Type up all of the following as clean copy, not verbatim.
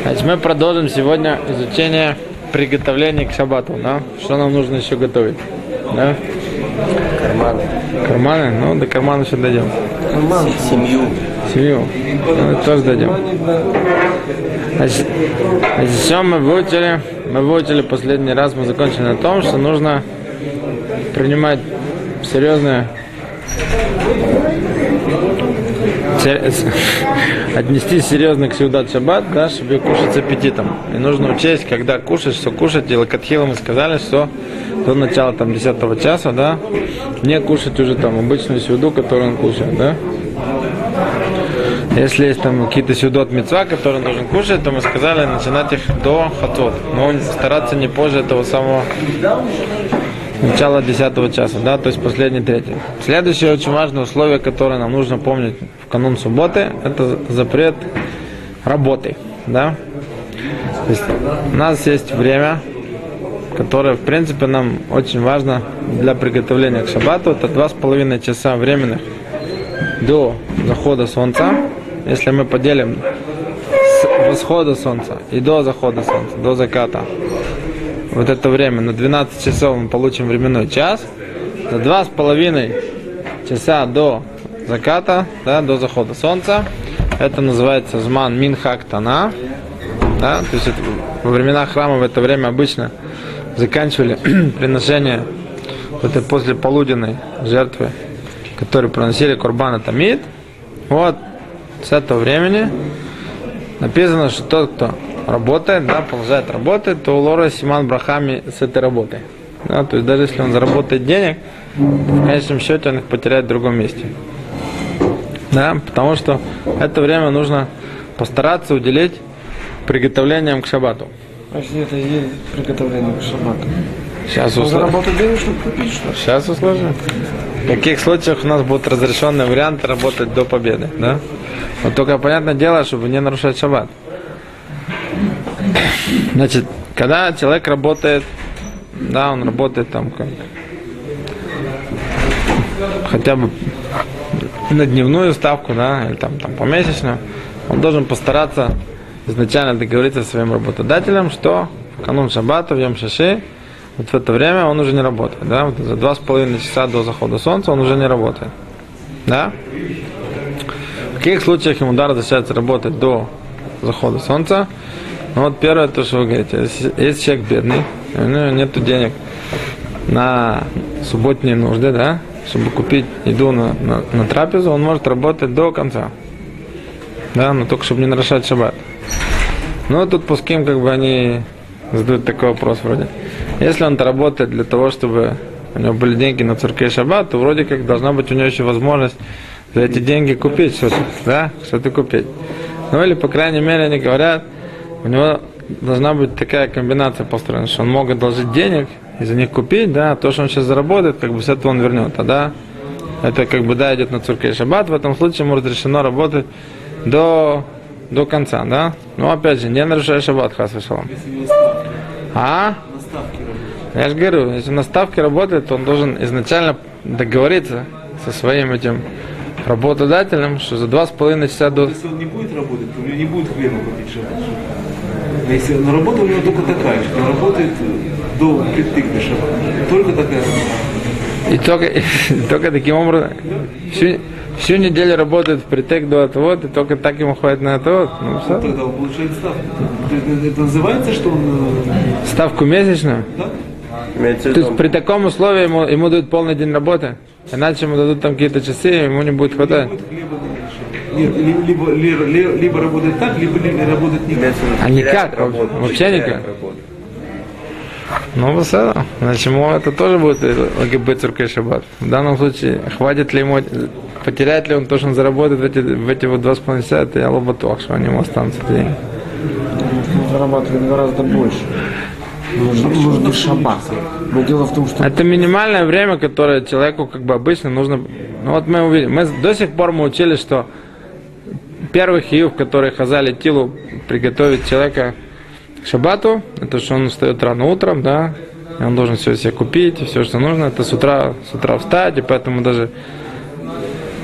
Значит, мы продолжим сегодня изучение приготовления к шаббату, да? Что нам нужно еще готовить, да? Карманы. Карманы? Ну, до кармана еще дойдем. Семью. Семью. Ну, тоже дойдем. Значит, все мы выучили последний раз, мы закончили на том, что нужно принимать серьезное, отнестись серьезно к сеудат шаббат, да, чтобы кушать с аппетитом. И нужно учесть, когда кушать, что кушать. И лакатхила мы сказали, что до начала там 10 часа, да, не кушать уже там обычную сеуду, которую он кушает, да. Если есть там какие-то сеудот мицва, которые он должен кушать, то мы сказали начинать их до хацот. Но стараться не позже этого самого начала 10 часа, да, то есть последний третий. Следующее очень важное условие, которое нам нужно помнить в канун субботы, это запрет работы, да. То есть у нас есть время, которое, в принципе, нам очень важно для приготовления к шаббату. Это 2,5 часа временных до захода солнца. Если мы поделим с восхода солнца и до захода солнца, до заката, вот это время на 12 часов мы получим временной час. За 2,5 часа до заката, да, до захода солнца, это называется зман минхак тана, да, то есть это, во времена храма в это время обычно заканчивали приношение этой послеполуденной жертвы, которые приносили курбан тамид. Вот с этого времени написано, что тот, кто работает, да, продолжает работать, то у лора симан брахами с этой работы. Да, то есть даже если он заработает денег, в конечном счете он их потеряет в другом месте. Да, потому что это время нужно постараться уделить приготовлениям к шаббату. А если это есть приготовление к шаббату? Сейчас заработать денег, чтобы купить что-то? Сейчас услышим. В каких случаях у нас будут разрешенные варианты работать до победы, да? Вот только понятное дело, чтобы не нарушать шаббат. Значит, когда человек работает, да, он работает там как хотя бы на дневную ставку, да, или там помесячную, он должен постараться изначально договориться со своим работодателем, что в канун шаббата, в Йом Шиши, вот в это время он уже не работает, да, вот за 2,5 часа до захода солнца он уже не работает, да. В каких случаях ему разрешается работать до захода солнца? Ну вот первое, то, что вы говорите, если человек бедный, у него нет денег на субботние нужды, да, чтобы купить еду на трапезу, он может работать до конца, да, но только чтобы не нарушать шаббат. Ну тут пуским, как бы они задают такой вопрос вроде. Если он работает для того, чтобы у него были деньги на цуркей шаббат, то вроде как должна быть у него еще возможность за эти деньги купить что-то, да, что-то купить. Ну или, по крайней мере, они говорят, у него должна быть такая комбинация построена, что он мог одолжить денег и за них купить, да, то, что он сейчас заработает, как бы с этого он вернет, тогда это как бы, да, идет на цуркей шаббат, в этом случае ему разрешено работать до конца, да, но опять же, не нарушая шаббат, хас вешалом. А? Я же говорю, если на ставке работает, то он должен изначально договориться со своим этим работодателем, что за 2,5 часа до... Если он не будет работать, то у него не будет хлеба купить шаббат. А если на работа у него только такая, что он работает до притык до шаббата. Только такая. И только таким образом всю неделю работает впритык до этого, и только так ему хватит на это. Ну, все. Тогда он получает ставку. Это называется, что он... Ставку месячную? Да? То есть при таком условии ему дают полный день работы, иначе ему дадут там какие-то часы, и ему не будет хватать. Либо работает так, либо работает никак. А никак? Вообще никак? Ну, высоко. Значит, ему это тоже будет ЛГБ цуркей шаббат. В данном случае, хватит ли ему, потеряет ли он то, что он заработает в эти вот 2,5 часа, это я лоботок, что они ему останутся деньги. Он зарабатывает гораздо больше. Нужно шаббат. Но дело в том, что... Это минимальное время, которое человеку как бы обычно нужно... Ну вот мы увидели, до сих пор мы учили, что первый хиюв, который хазали тилу приготовить человека к шаббату, это что он встает рано утром, да, и он должен все себе купить, и все, что нужно, это с утра встать, и поэтому даже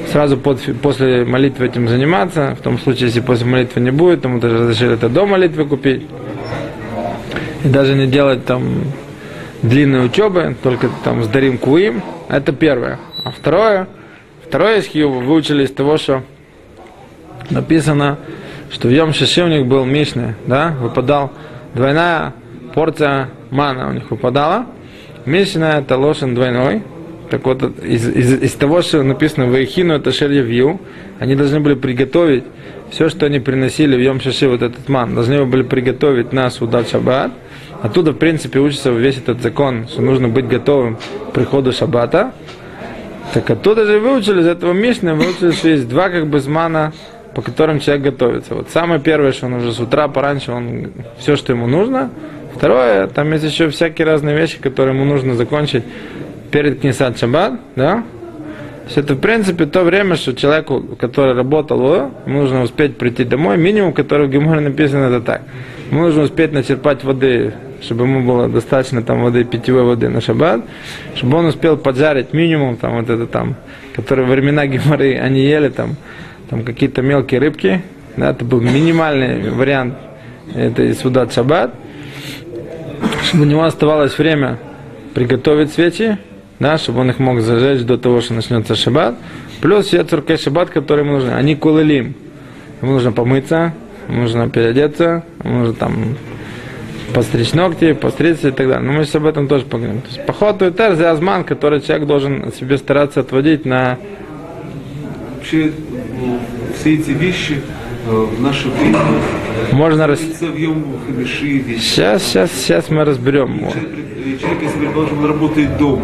сразу после молитвы этим заниматься. В том случае, если после молитвы не будет, ему даже разрешили это до молитвы купить. И даже не делать там длинной учебы, только там с Дарим Куим. Это первое. А второе из хиюва выучили из того, что написано, что в Йом Шиши у них был Мишна, да, выпадал двойная порция мана у них выпадала. Мишна это лошен двойной. Так вот, из того, что написано в Ваихину, это Шельевью, они должны были приготовить все, что они приносили в Йом Шиши, вот этот ман, должны были приготовить на Судат Шаббат. Оттуда, в принципе, учится весь этот закон, что нужно быть готовым к приходу Шаббата. Так оттуда же выучили, из этого Мишны, выучили, что есть два как бы змана, по которым человек готовится. Вот самое первое, что он уже с утра пораньше, он все, что ему нужно. Второе, там есть еще всякие разные вещи, которые ему нужно закончить перед Книсат Шаббат, да? То есть это, в принципе, то время, что человеку, который работал, ему нужно успеть прийти домой. Минимум, который в Геморе написано, это так. Ему нужно успеть начерпать воды, чтобы ему было достаточно там воды, питьевой воды на Шаббат, чтобы он успел поджарить минимум, там, вот это там, которые во времена Геморы они ели, там какие-то мелкие рыбки, да, это был минимальный вариант этой Судат Шаббат, чтобы у него оставалось время приготовить свечи, да, чтобы он их мог зажечь до того, что начнется Шаббат, плюс все цуркей Шаббат, которые ему нужны, они кулелим, ему нужно помыться, ему нужно переодеться, ему нужно там постричь ногти, постричься и так далее. Но мы сейчас об этом тоже поговорим. То есть поход Туитер, зазман, который человек должен себе стараться отводить на... Вообще, все эти вещи в наше время можно Сейчас мы разберем. Человек, если предположим, он работает дома,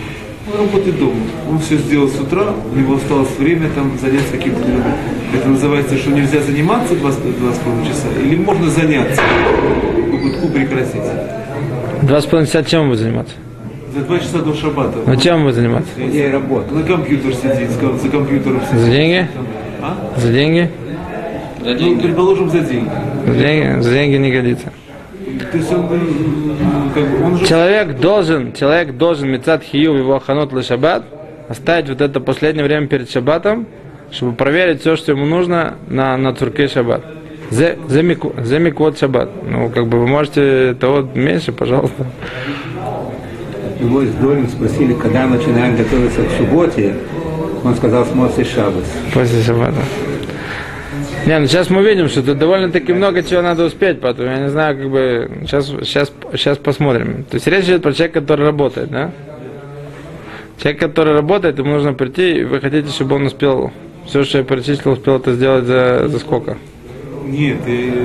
он все сделал с утра, у него осталось время там заняться каким-то делом. Это называется, что нельзя заниматься 2,5 часа, или можно заняться, по гудку прекратить. 2,5 часа чем вы заниматься? За 2 часа до Шаббата. Ну чем вы заниматься? Я работаю. На компьютер сидеть, за компьютером сидеть. За деньги? А? За деньги? Ну, предположим, за деньги. За деньги не годится. То есть он уже... Человек должен мицат хию его аханот ле шаббат оставить вот это последнее время перед шаббатом, чтобы проверить все, что ему нужно на цуркей шаббат. За миквот шаббат. Ну, как бы вы можете того меньше, пожалуйста. Его из Долин спросили, когда начинаем готовиться к субботе. Он сказал, с Моцей Шаббат. После шаббата. Не, ну сейчас мы видим, что тут довольно-таки много чего надо успеть, поэтому я не знаю, как бы, сейчас посмотрим. То есть речь идет про человека, который работает, да? Человек, который работает, ему нужно прийти, и вы хотите, чтобы он успел, все, что я перечислил, успел это сделать за сколько? Нет,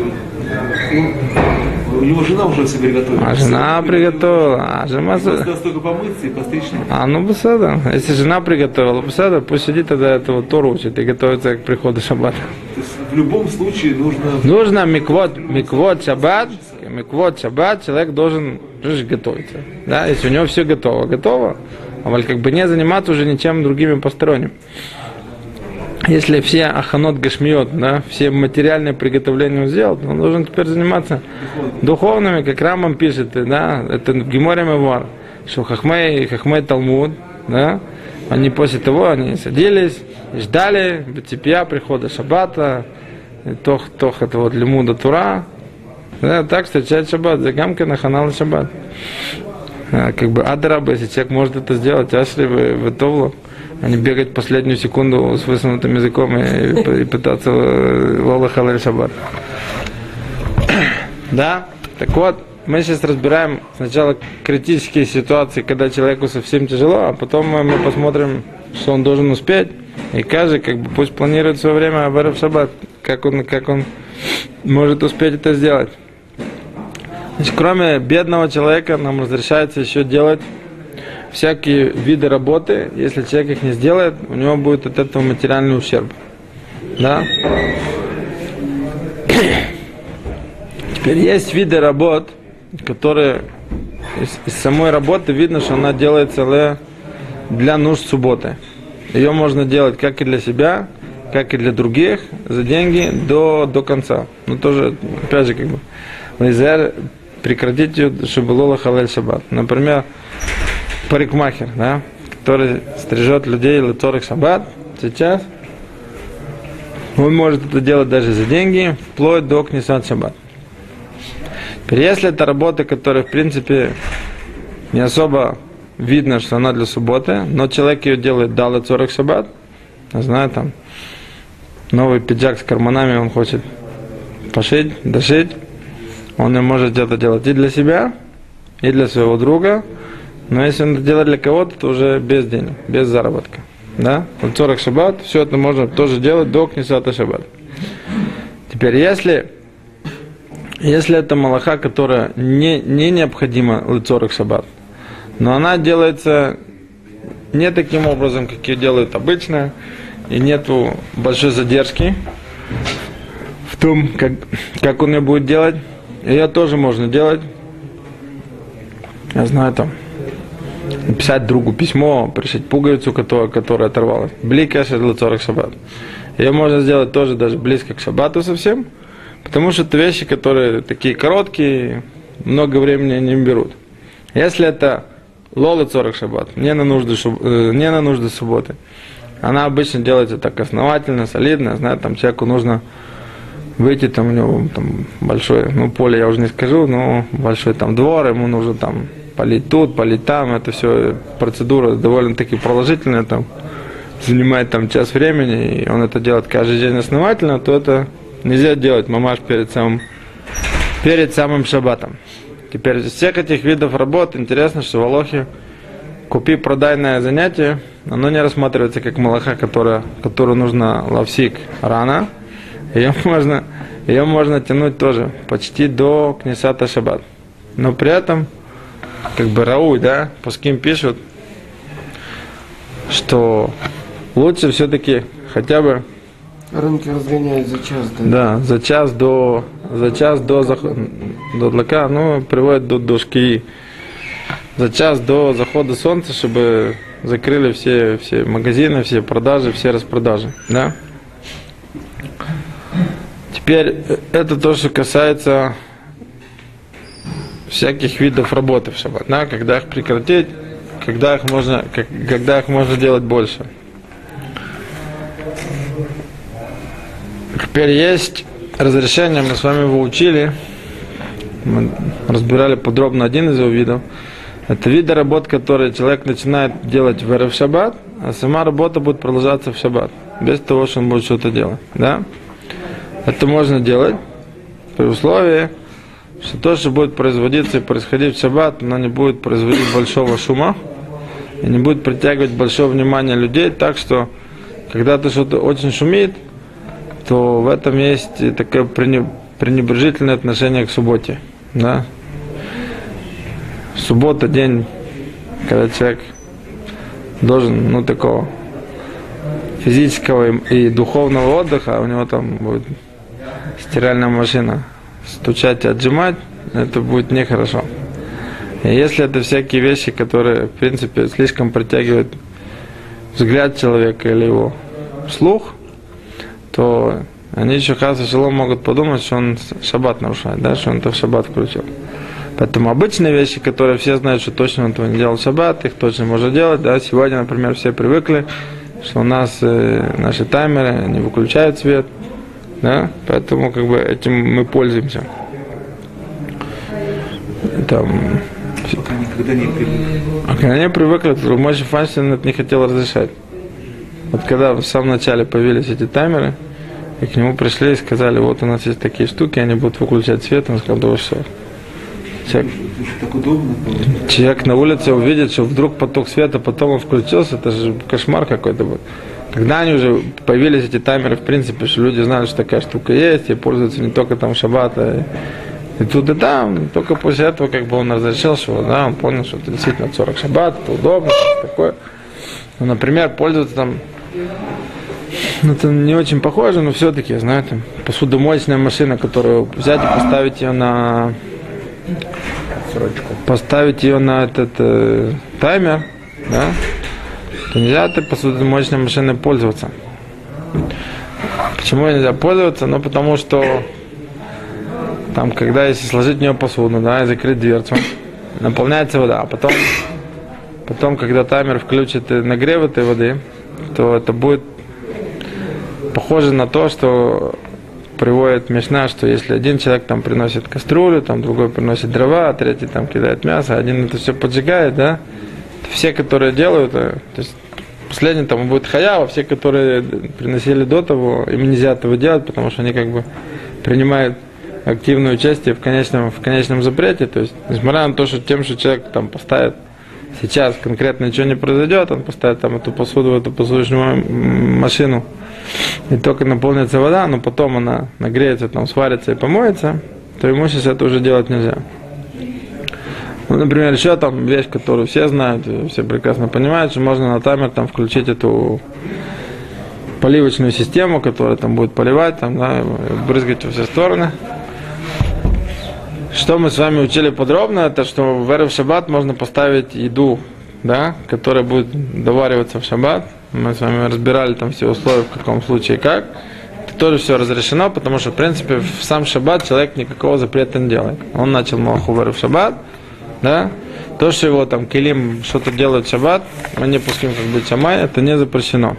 у него жена уже все приготовила. А жена приготовила, Осталось только помыться и постричь. Ну, беседа. Если жена приготовила, беседа, пусть сидит тогда этого Тору учит и готовится к приходу шаббата. То есть в любом случае нужно миквот шаббат, человек должен готовиться. Да, если у него все готово, а как бы не заниматься уже ничем другим посторонним. Если все аханот гашмиот, да, все материальные приготовления он сделал, он должен теперь заниматься духовными, как Рамбам пишет, да, это в Геморе Мевар, что Хахмей Талмуд, да, они после того, они садились, ждали беципья прихода Шаббата, тох это вот лимуда Тура, да, так встречать Шаббат, загамка на ханал Шаббат. Как бы адрабы, если человек может это сделать, ашли в товлу, а не бегать последнюю секунду с высунутым языком и пытаться лола халаль шаббат. Да, так вот, мы сейчас разбираем сначала критические ситуации, когда человеку совсем тяжело, а потом мы посмотрим, что он должен успеть, и каждый как бы пусть планирует свое время в шаббат, как он может успеть это сделать. Значит, кроме бедного человека нам разрешается еще делать всякие виды работы. Если человек их не сделает, у него будет от этого материальный ущерб. Да? Теперь есть виды работ, которые из самой работы видно, что она делается для нужд субботы. Ее можно делать как и для себя, как и для других, за деньги до конца. Но тоже, опять же, как бы, прекратить ее, чтобы лола халаль шаббат. Например, парикмахер, да, который стрижет людей лецорых шаббат, сейчас, он может это делать даже за деньги, вплоть до Книсат Шаббат. Теперь, если это работа, которая, в принципе, не особо видно, что она для субботы, но человек ее делает дал лецорах Шаббат, я знаю, там, новый пиджак с карманами он хочет пошить, дошить, он не может это делать и для себя, и для своего друга, но если он это делает для кого-то, то уже без денег, без заработка. Да? Лецорах Шаббат, все это можно тоже делать до Книсата Шаббат. Теперь, если это малаха, которая не необходима лецорах Шаббат, но она делается не таким образом, как ее делают обычно, и нету большой задержки в том, как он ее будет делать, ее тоже можно делать. Я знаю, там, написать другу письмо, пришить пуговицу, которая оторвалась. Блика лецорах Шаббат. Ее можно сделать тоже даже близко к Шаббату совсем, потому что это вещи, которые такие короткие, много времени не берут. Если это лола цорах Шаббат, не на нужды субботы, она обычно делается так основательно, солидно, знаю, там человеку нужно выйти, там у него там большое, поле я уже не скажу, но большой там двор, ему нужно там полить тут, полить там, это все процедура довольно-таки продолжительная, там занимает там час времени, и он это делает каждый день основательно, то это нельзя делать мамаш перед самым шаббатом. Теперь из всех этих видов работ интересно, что в Алохе купи-продайное занятие, оно не рассматривается как малаха, которую нужно лавсик рано. Ее можно тянуть тоже почти до Книсата Шаббат. Но при этом, как бы рауй, да, пуским пишут, что лучше все-таки хотя бы Рынки разгоняют за час, да? Да, за час до длака, приводит до шкии. За час до захода солнца, чтобы закрыли все магазины, все продажи, все распродажи. Да? Теперь это то, что касается всяких видов работы в шаббат. Да? Когда их прекратить, когда их можно делать больше. Теперь есть разрешение, мы с вами его учили, мы разбирали подробно один из его видов. Это виды работ, которые человек начинает делать в эрев шаббат, а сама работа будет продолжаться в шаббат, без того, что он будет что-то делать. Да? Это можно делать при условии, что то, что будет производиться и происходить в шаббат, оно не будет производить большого шума и не будет притягивать большое внимание людей, так что когда то что-то очень шумит, то в этом есть такое пренебрежительное отношение к субботе. Да? Суббота день, когда человек должен, такого физического и духовного отдыха, а у него там будет стиральная машина стучать и отжимать, это будет нехорошо. И если это всякие вещи, которые, в принципе, слишком притягивают взгляд человека или его слух, то они еще хас и шалом могут подумать, что он шаббат нарушает, да, что он это в шаббат включил. Поэтому обычные вещи, которые все знают, что точно он этого не делал в шаббат, их точно можно делать. Да. Сегодня, например, все привыкли, что у нас наши таймеры не выключают свет, да, поэтому этим мы пользуемся. Там, Никогда не привыкли. А когда они привыкли, то Моше Файнштейн это не хотел разрешать. Вот когда в самом начале появились эти таймеры, и к нему пришли и сказали, вот у нас есть такие штуки, они будут выключать свет, он сказал, да что? Так удобно было. Человек на улице увидит, что вдруг поток света, потом он включился, это же кошмар какой-то был. Когда они уже появились эти таймеры, в принципе, что люди знали, что такая штука есть, и пользуются не только там шаббата, и тут и там, только после этого он разрешил, что да, он понял, что это действительно 40 шаббат, это удобно, что такое. Например, пользоваться там, это не очень похоже, но все-таки, знаете, посудомоечная машина, которую взять и поставить ее на этот таймер, да, то нельзя этой посудомоечной машиной пользоваться. Почему нельзя пользоваться? Потому что там, если сложить в нее посуду, да, и закрыть дверцу, наполняется вода, а потом, когда таймер включит нагрев этой воды, то это будет похоже на то, что приводит Мишна, что если один человек там приносит кастрюлю, там другой приносит дрова, а третий там кидает мясо, один это все поджигает, да, то все, которые делают, то есть последний там будет хаяв, а все, которые приносили до того, им нельзя этого делать, потому что они как бы принимают активное участие в конечном запрете, то есть несмотря на то, что тем, что человек там поставит сейчас конкретно ничего не произойдет, он поставит там эту посуду в эту посудочную машину, и только наполнится вода, но потом она нагреется, там сварится и помоется, то ему сейчас это уже делать нельзя. Ну, например, еще там вещь, которую все знают, все прекрасно понимают, что можно на таймер там включить эту поливочную систему, которая там будет поливать, там, да, брызгать во все стороны. Что мы с вами учили подробно, это что в эрев шаббат можно поставить еду, да, которая будет довариваться в шаббат. Мы с вами разбирали там все условия, в каком случае как. Это тоже все разрешено, потому что, в принципе, в сам шаббат человек никакого запрета не делает. Он начал малаху в эрев шаббат, да. То, что его там келим что-то делает в шаббат, мы не пуским как быть шамай, это не запрещено.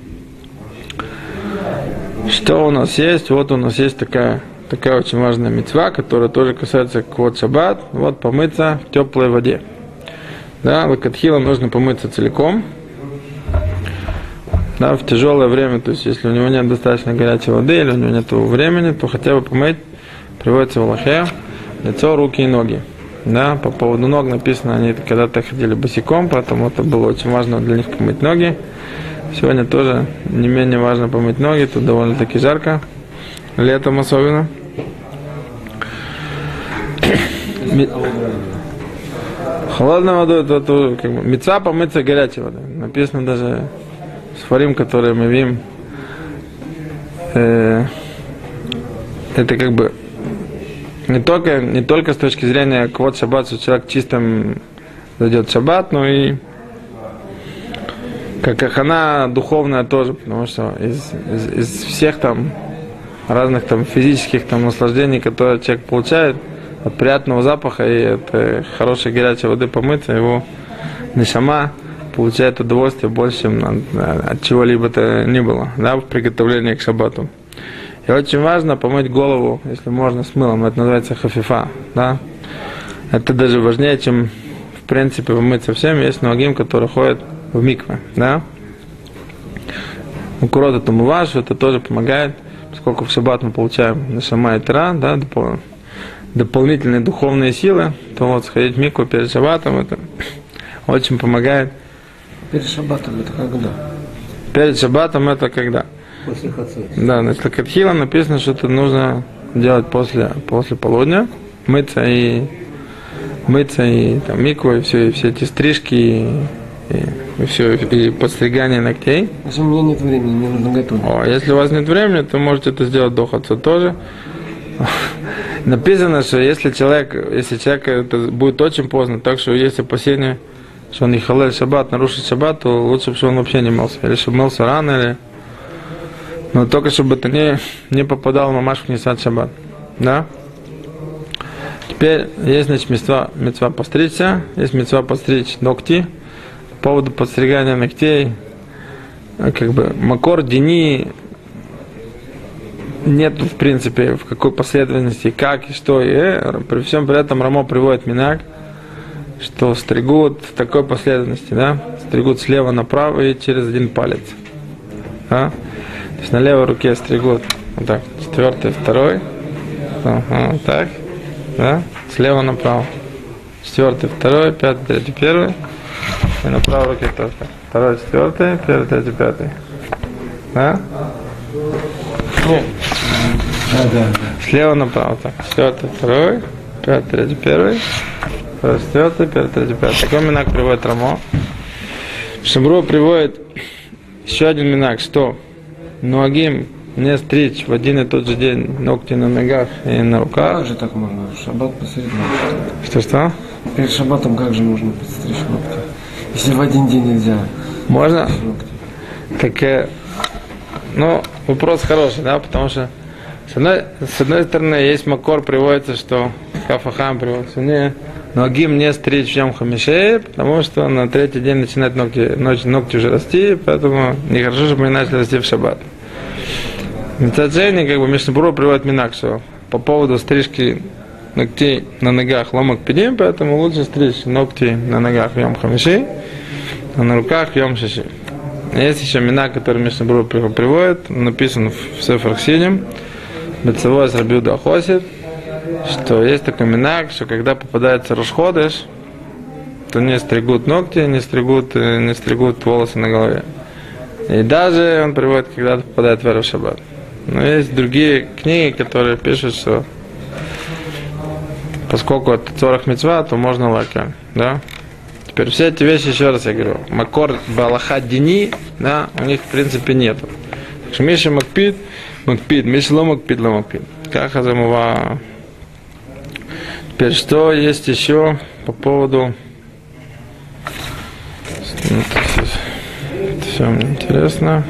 Что у нас есть? Вот у нас есть такая очень важная мицва, которая тоже касается квот шаббат. Вот помыться в теплой воде. Да, лакатхилам нужно помыться целиком. Да, в тяжелое время, то есть если у него нет достаточно горячей воды или у него нет времени, то хотя бы помыть приводится в лахе лицо, руки и ноги. Да, по поводу ног написано, они когда-то ходили босиком, поэтому это было очень важно для них помыть ноги. Сегодня тоже не менее важно помыть ноги, тут довольно-таки жарко, летом особенно. Холодной водой это тоже как бы мицва помыться горячей водой. Написано даже сфарим, которые мы видим, это как бы не только с точки зрения квот шаббат, что человек чистым зайдет в шаббат, но и как ахана духовная тоже, потому что из всех там разных там физических там наслаждений, которые человек получает, от приятного запаха и от хорошей горячей воды помыться, его нешама получает удовольствие больше, чем от чего-либо-то ни было, да, в приготовлении к шаббату. И очень важно помыть голову, если можно, с мылом, это называется хафифа, да. Это даже важнее, чем в принципе помыться всем. Есть ногим, которые ходят в микве, да. Укурот это муваш, это тоже помогает, поскольку в шаббат мы получаем нешама и тара, да, дополнительные духовные силы, то вот сходить в микву перед шаббатом, это очень помогает. Перед шаббатом это когда? Перед шаббатом это когда? После хацот. Да, значит, лакатхила написано, что это нужно делать после полудня, мыться и там микву, и все эти стрижки, и все, и подстригание ногтей. Если у меня нет времени, мне нужно готовить. Если у вас нет времени, то можете это сделать до хацот тоже. Написано, что если человек это будет очень поздно, так что есть опасения, что он ихалель шаббат, нарушит шаббат, то лучше, чтобы он вообще не мылся. Или чтобы мылся рано, или... Но только чтобы это не попадало мамаш в нисат шаббат. Да? Теперь есть, значит, мицва постричься, есть мицва постричь ногти. По поводу подстригания ногтей, как бы макор дини нет, в принципе, в какой последовательности, как и что. И при всем при этом Рамо приводит минак, что стригут в такой последовательности, да? Стригут слева направо и через один палец. Да? То есть на левой руке стригут вот так, 4-й, 2-й, вот так, да? Слева направо. 4-й, 2-й, 5-й, 3-й, 1-й. И на правой руке тоже. 2-й, 4-й, 1-й, 3-й, 5-й. Да? Нет. Да. Слева направо, так. 4-й, 2-й, 5-й, 3-й, 1-й. 4-й, 5-й, 3-й, 5-й. Такой минак приводит Рамо. Шамбруа приводит еще один минак, что ногим не стричь в один и тот же день ногти на ногах и на руках. Как же так можно? Шаббат посреди ночи. Что? Перед шаббатом как же можно подстричь ногти? Если в один день нельзя. Можно? Так, вопрос хороший, да, потому что с одной стороны есть макор, приводится, что Кафахам приводится, ногим не стричь в Йом Хамишей, потому что на третий день начинают ногти уже расти, поэтому нехорошо, чтобы они начали расти в шаббат. Митаджени, как бы Мишнабура приводит минак, что по поводу стрижки ногтей на ногах ломак пидим, поэтому лучше стричь ногти на ногах в Йом Хамиши, а на руках в Йом Шиши. Есть еще минак, который Мишнабура приводит, написан в Сефер Хасидим, Бецавой с Раби Юда Хосид, что есть такой минак, что когда попадается Рош Ходеш, то не стригут ногти, не стригут волосы на голове. И даже он приводит, когда попадает в Эрев Шаббат. Но есть другие книги, которые пишут, что поскольку это цорах мицва, то можно лакель, да? Теперь все эти вещи, еще раз я говорю, макор балаха дини, да, у них в принципе нету. Так что Миша макпид, Миша ломакпид. Как азамува. Теперь что есть еще по поводу... Это все мне интересно.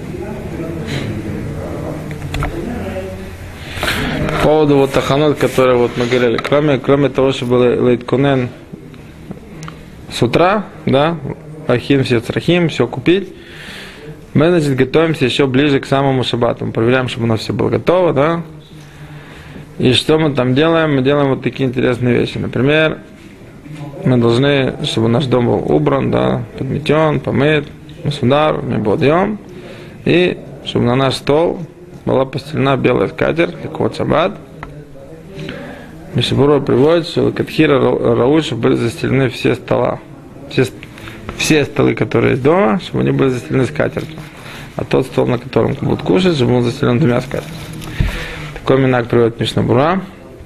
По поводу вот таханот, который вот мы говорили, кроме того, что был лейткунен с утра, да, ахим, все црахим, все купить, мы, значит, готовимся еще ближе к самому шаббату. Мы проверяем, чтобы у нас все было готово, да. И что мы там делаем? Мы делаем вот такие интересные вещи. Например, мы должны, чтобы наш дом был убран, да, подметен, помыт, мусудар, мебодьем, и чтобы на наш стол была постелена белая скатерть, как вот шаббат. Мишнабура приводит, что Катхира Рау, чтобы были застелены все стола, все столы, которые есть дома, чтобы они были застелены скатертью. А тот стол, на котором будут кушать, чтобы он застелен двумя скатертями. Такой минак приводит Мишнабура.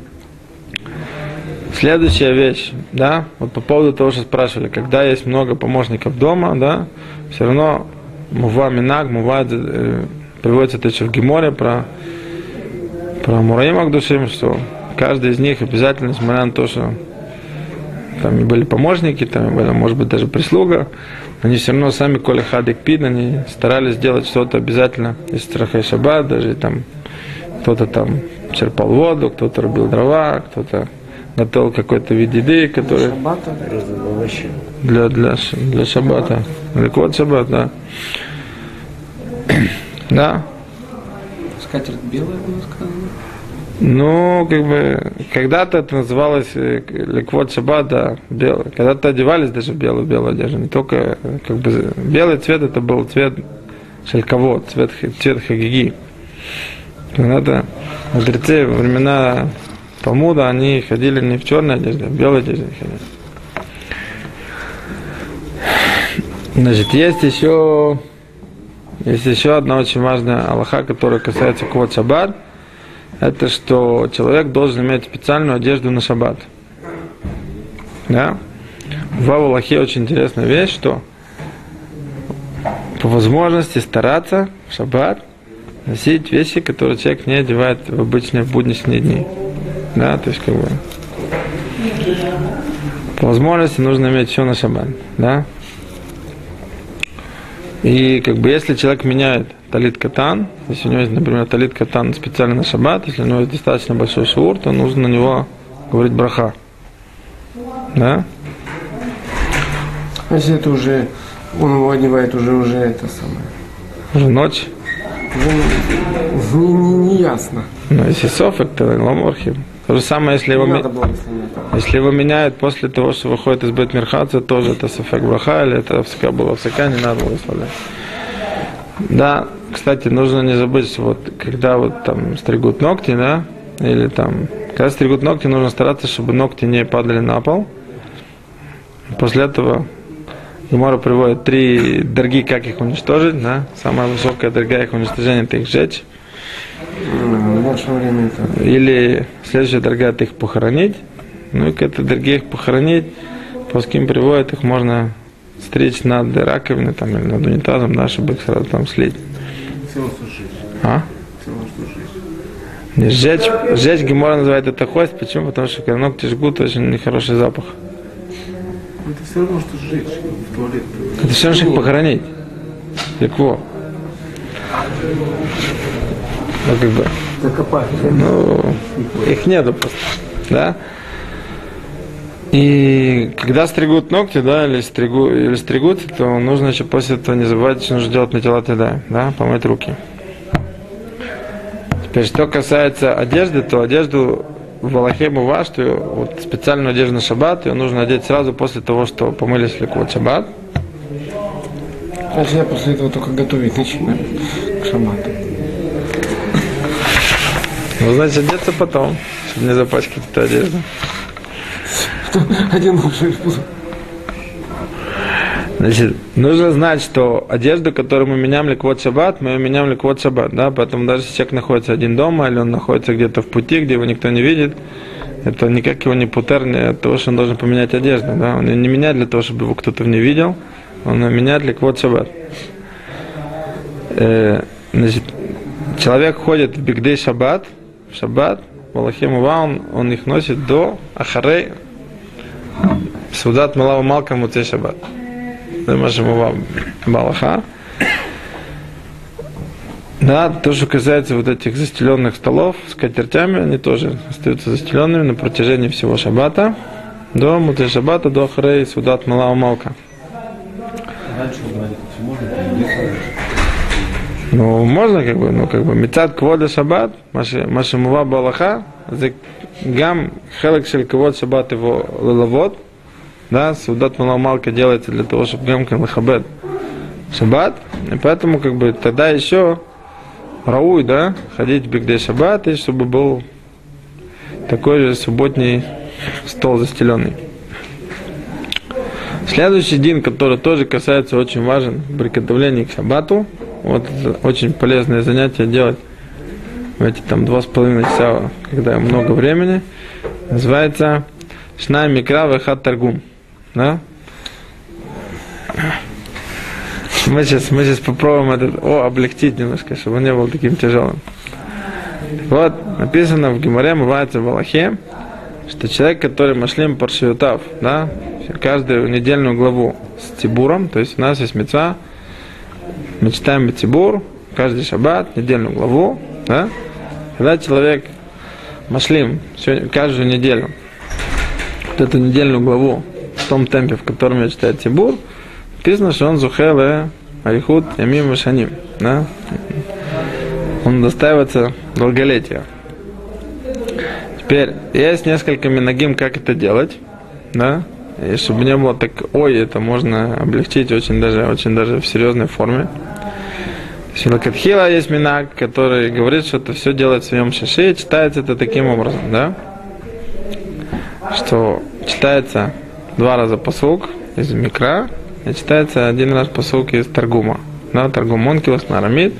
Следующая вещь, да, вот по поводу того, что спрашивали, когда есть много помощников дома, да, все равно мува минак, приводится это еще в Геморе про Мураим Агдушим, что каждый из них обязательно, несмотря на то, что там и были помощники, там и была, может быть, даже прислуга, они все равно сами коли хадик пид, они старались сделать что-то обязательно из страха шаббат, даже там кто-то там черпал воду, кто-то рубил дрова, кто-то готовил какой-то вид еды, который для шаббата, ликвот шаббат, да. Да. Скатерть белая была сказано? Ну, как бы, когда-то это называлось ликвот шаббат, да, белый. Когда-то одевались даже в белую одежду. Не только, как бы, белый цвет, это был цвет шельковод, цвет хагиги. Когда-то мудрецы во времена Талмуда, они ходили не в черной одежде, а в белой одежде ходили. Значит, есть еще одна очень важная алаха, которая касается квот шаббат. Это что человек должен иметь специальную одежду на шаббат. Да? В алахе очень интересная вещь, что по возможности стараться в шаббат носить вещи, которые человек не одевает в обычные будничные дни. Да, то есть как бы по возможности нужно иметь все на шаббат. Да? И как бы если человек меняет талит катан, если у него есть, например, талит катан специально на шаббат, если у него есть достаточно большой шур, то нужно на него говорить браха. Да? Если это уже, он его одевает уже это самое. Уже ночь. Уже не ясно. Ну, если софек, то ламорхим. То же самое, если его меняют после того, что выходит из бет-мирхаца, тоже это софек браха, или это была всяка, не надо благословлять. Да, кстати, нужно не забыть, что вот когда вот там стригут ногти, да, или там, когда стригут ногти, нужно стараться, чтобы ногти не падали на пол. После этого Гемара приводит 3 дорги, как их уничтожить, да. Самая высокая дорога их уничтожения — это их сжечь. В наше время это. Или следующая дорога — это их похоронить. Ну и к этой дороге их похоронить, Паским приводит, их можно стричь над раковиной там, или над унитазом, да, чтобы их сразу там слить. Цело сушить. А? Цело сушить. Не сжечь. Сжечь Гемора называет это хвост. Почему? Потому что когда ногти жгут, очень нехороший запах. Это все равно, что сжечь в туалет. Это все равно, что их похоронить. Ликво. Ну, как бы. Закопать. Ну, их нету просто. Да? И когда стригут ногти, да, или стригут, то нужно еще после этого не забывать, что нужно делать на тела тогда, да, помыть руки. Теперь, что касается одежды, то одежду в Аллахе мува, что вот специальную одежду на шаббат, ее нужно одеть сразу после того, что помылись ликвот шаббат. Значит, я после этого только готовить начинаю к шаббату. Ну, значит, одеться потом, чтобы не запачкать эту одежду. Один уже буду. Значит, нужно знать, что одежду, которую мы меняем ликвот шаббат, мы ее меняем ликвот шаббат, да, поэтому даже если человек находится один дома, или он находится где-то в пути, где его никто не видит, это никак его не путер от того, что он должен поменять одежду, да, он ее не меняет для того, чтобы его кто-то не видел, он ее меняет ликвот шаббат. Значит, человек ходит в бигдей шаббат, в шаббат, в Аллахе мува, он их носит до ахарей, судат малава малка муцей шаббат. Да, то, что касается вот этих застеленных столов с скатертями, они тоже остаются застеленными на протяжении всего шаббата, до муцей шаббата, до ахарей, судат малава малка. Раньше вы говорили, все можно, Ну, можно как бы, мецад квода шаббат, маши мува балаха, гам хелек шель квод шаббат его лалавод, да, судат малка делается для того, чтобы гамкен лахабед шаббат, и поэтому, как бы, тогда еще рауй, да, ходить в бигдей шаббат, и чтобы был такой же субботний стол застеленный. Следующий день, который тоже касается, очень важен в приготовлении к шаббату. Вот это очень полезное занятие делать в эти там 2,5 часа, когда много времени. Называется Шнай Микра Вехат Таргум. Да? Мы сейчас попробуем облегчить немножко, чтобы он не был таким тяжелым. Вот, написано в Гемаре, бывается в Аллахе, что человек, который машлим паршиютав, да, каждую недельную главу с тибуром, то есть у нас есть мицва, мы читаем тибур, каждый шаббат, недельную главу, да, когда человек машлим каждую неделю, вот эту недельную главу в том темпе, в котором я читаю тибур, написано, что он зухеле айхуд ямим вешаним, да, он достаивается долголетия. Теперь есть несколько минагим, как это делать, да, и чтобы не было так, это можно облегчить очень даже в серьезной форме. Силакатхила есть минаг, который говорит, что это все делает в своем шиши, и читается это таким образом, да, что читается 2 раза пасук из Микра, и читается 1 раз пасук из Таргума, да, Таргум Онкилос на арамид.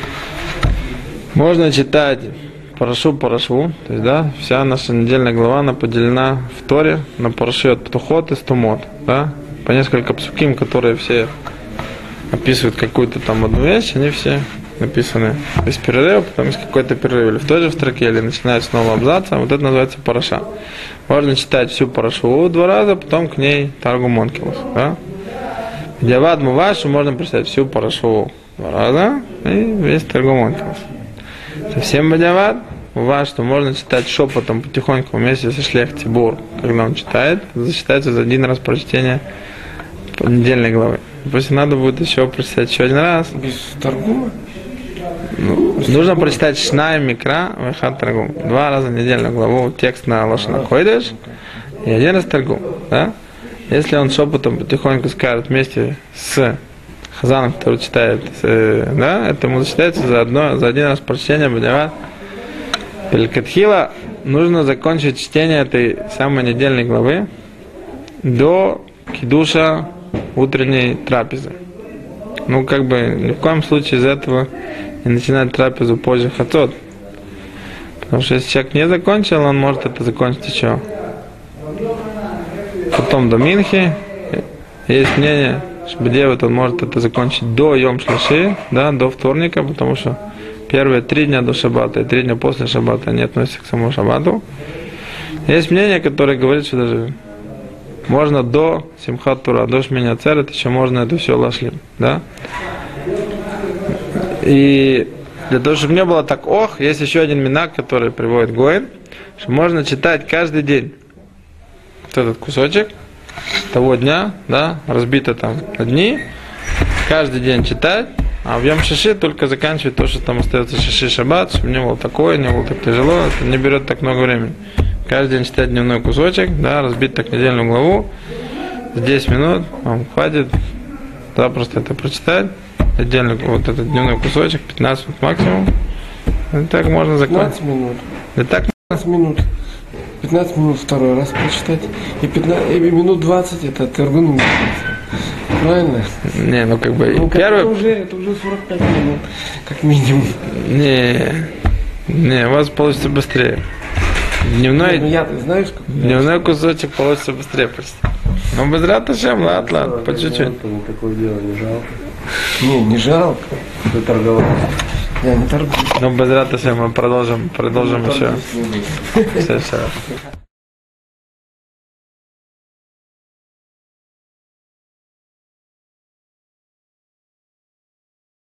Можно читать Парашу, то есть, да, вся наша недельная глава, она поделена в Торе на парашют Птухот и Стумот, да, по несколько псуким, которые все описывают какую-то там одну вещь, они все написаны без перерыва, потом есть какой-то перерыв, или в той же строке, или начинают с нового абзаца, вот это называется параша. Можно читать всю парашу 2 раза, потом к ней Таргум Онкилос, да. Диавад Мувашу можно прочитать всю парашу 2 раза, и весь Таргум Онкилос. Совсем бадяват, важно, что можно читать шепотом потихоньку вместе со шлех тибур, когда он читает, засчитается за 1 раз прочтение недельной главы. После надо будет еще прочитать еще 1 раз. Без Таргума? Нужно прочитать Шнай Микра Вехат Таргум. 2 раза недельную главу, текст на Лошана Койдеш, и 1 раз Таргум, да? Если он шепотом потихоньку скажет вместе с Хазаном, который читает, да, это ему засчитается за 1 раз прочтение бадяват. Пелькатхила нужно закончить чтение этой самой недельной главы до кидуша утренней трапезы. Ну, как бы, ни в коем случае из этого не начинать трапезу позже хацот. Потому что если человек не закончил, он может это закончить еще. Потом до Минхи. Есть мнение, что бедевит он может это закончить до Йом Шлиши, да, до вторника, потому что первые 3 дня до шаббата и 3 дня после шаббата они относятся к самому шаббату. Есть мнение, которое говорит, что даже можно до Симхат Тура, до Шмини Ацерет, еще можно это все лашлим, да. И для того, чтобы не было так есть еще один минак, который приводит Гоин, что можно читать каждый день вот этот кусочек того дня, да, разбито там на дни, каждый день читать, А в Йом Шиши только заканчивать то, что там остается Шиши Шаббат, чтобы не было такое, не было так тяжело, это не берет так много времени. Каждый день читать дневной кусочек, да, разбить так недельную главу, 10 минут, вам хватит запросто это прочитать, отдельно вот этот дневной кусочек, 15 минут максимум. И так можно закончить. 15 минут. И так 15 минут. 15 минут второй раз прочитать. И минут 20 это Тергун. Правильно? не, ну как бы Ну, первый. это уже 45 минут, как минимум. Не, у вас получится быстрее. Ну, Дневной, я-то знаю, сколько. дневной кусочек получится быстрее почти. Ну, без раташем, ладно, по чуть-чуть. Такое дело не жалко. Не жалко. Ты торговал. Я не торгую. Ну, без раташем мы продолжим еще. Торгуюсь не буду. В следующий раз.